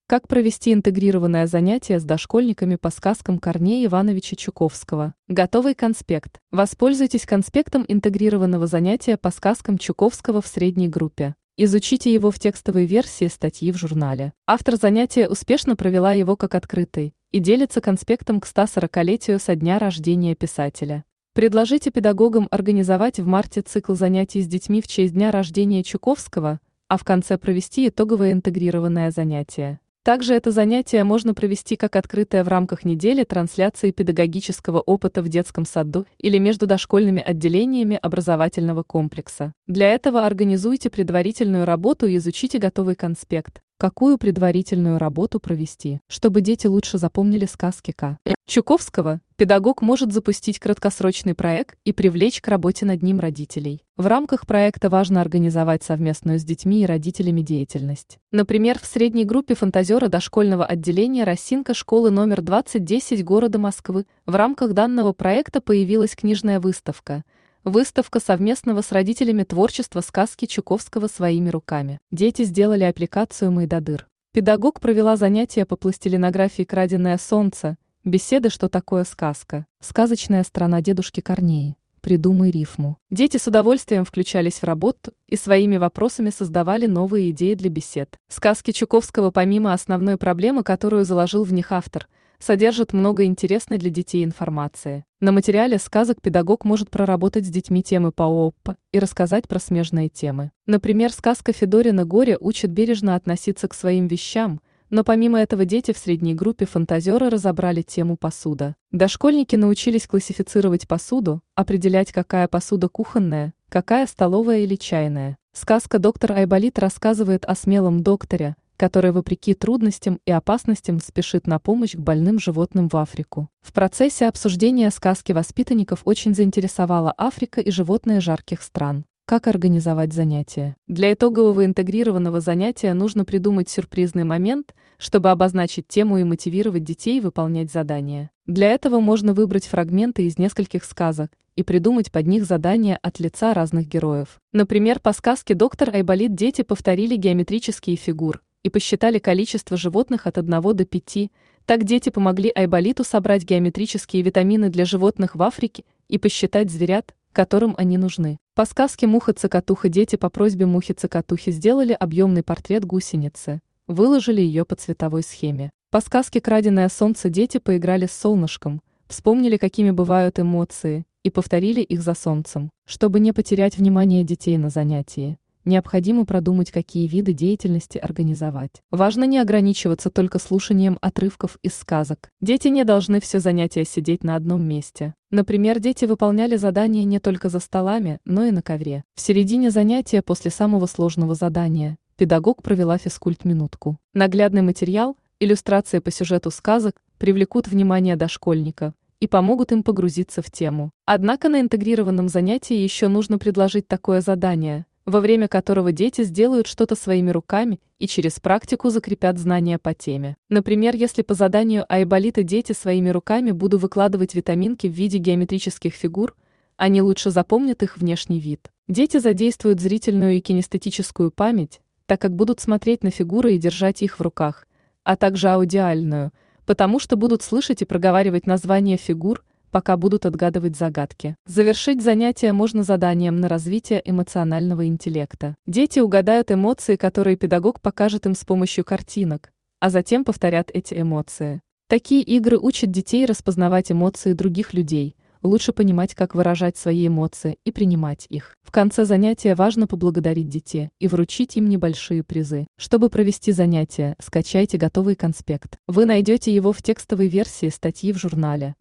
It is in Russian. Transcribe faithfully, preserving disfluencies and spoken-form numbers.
Как провести интегрированное занятие с дошкольниками по сказкам Корнея Ивановича Чуковского? Готовый конспект. Воспользуйтесь конспектом интегрированного занятия по сказкам Чуковского в средней группе. Изучите его в текстовой версии статьи в журнале. Автор занятия успешно провела его как открытый и делится конспектом к ста сорокалетию со дня рождения писателя. Предложите педагогам организовать в марте цикл занятий с детьми в честь дня рождения Чуковского, а в конце провести итоговое интегрированное занятие. Также это занятие можно провести как открытое в рамках недели трансляции педагогического опыта в детском саду или между дошкольными отделениями образовательного комплекса. Для этого организуйте предварительную работу и изучите готовый конспект. Какую предварительную работу провести, чтобы дети лучше запомнили сказки К. Чуковского? Педагог может запустить краткосрочный проект и привлечь к работе над ним родителей. В рамках проекта важно организовать совместную с детьми и родителями деятельность. Например, в средней группе фантазера дошкольного отделения Росинка школы номер двадцать десять города Москвы в рамках данного проекта появилась книжная выставка. Выставка совместного с родителями творчества сказки Чуковского своими руками. Дети сделали аппликацию «Мойдодыр». Педагог провела занятия по пластилинографии «Краденое солнце», беседы «Что такое сказка?», «Сказочная страна дедушки Корнея», «Придумай рифму». Дети с удовольствием включались в работу и своими вопросами создавали новые идеи для бесед. Сказки Чуковского, помимо основной проблемы, которую заложил в них автор, содержит много интересной для детей информации. На материале сказок педагог может проработать с детьми темы по ООП и рассказать про смежные темы. Например, сказка Федорина «Горе» учит бережно относиться к своим вещам, но помимо этого дети в средней группе фантазеры разобрали тему посуда. Дошкольники научились классифицировать посуду, определять, какая посуда кухонная, какая столовая или чайная. Сказка «Доктор Айболит» рассказывает о смелом докторе, который, вопреки трудностям и опасностям, спешит на помощь к больным животным в Африку. В процессе обсуждения сказки воспитанников очень заинтересовала Африка и животные жарких стран. Как организовать занятия? Для итогового интегрированного занятия нужно придумать сюрпризный момент, чтобы обозначить тему и мотивировать детей выполнять задания. Для этого можно выбрать фрагменты из нескольких сказок и придумать под них задания от лица разных героев. Например, по сказке «Доктор Айболит» дети повторили геометрические фигуры и посчитали количество животных от одного до пяти. Так дети помогли Айболиту собрать геометрические витамины для животных в Африке и посчитать зверят, которым они нужны. По сказке «Муха-цокотуха» дети по просьбе мухи-цокотухи сделали объемный портрет гусеницы, выложили ее по цветовой схеме. По сказке «Краденое солнце» дети поиграли с солнышком, вспомнили, какими бывают эмоции, и повторили их за солнцем. Чтобы не потерять внимание детей на занятии, необходимо продумать, какие виды деятельности организовать. Важно не ограничиваться только слушанием отрывков из сказок. Дети не должны все занятия сидеть на одном месте. Например, дети выполняли задания не только за столами, но и на ковре. В середине занятия после самого сложного задания педагог провела физкульт-минутку. Наглядный материал, иллюстрации по сюжету сказок привлекут внимание дошкольников и помогут им погрузиться в тему. Однако на интегрированном занятии еще нужно предложить такое задание, во время которого дети сделают что-то своими руками и через практику закрепят знания по теме. Например, если по заданию Айболита дети своими руками будут выкладывать витаминки в виде геометрических фигур, они лучше запомнят их внешний вид. Дети задействуют зрительную и кинестетическую память, так как будут смотреть на фигуры и держать их в руках, а также аудиальную, потому что будут слышать и проговаривать названия фигур, пока будут отгадывать загадки. Завершить занятие можно заданием на развитие эмоционального интеллекта. Дети угадают эмоции, которые педагог покажет им с помощью картинок, а затем повторят эти эмоции. Такие игры учат детей распознавать эмоции других людей, лучше понимать, как выражать свои эмоции и принимать их. В конце занятия важно поблагодарить детей и вручить им небольшие призы. Чтобы провести занятие, скачайте готовый конспект. Вы найдете его в текстовой версии статьи в журнале.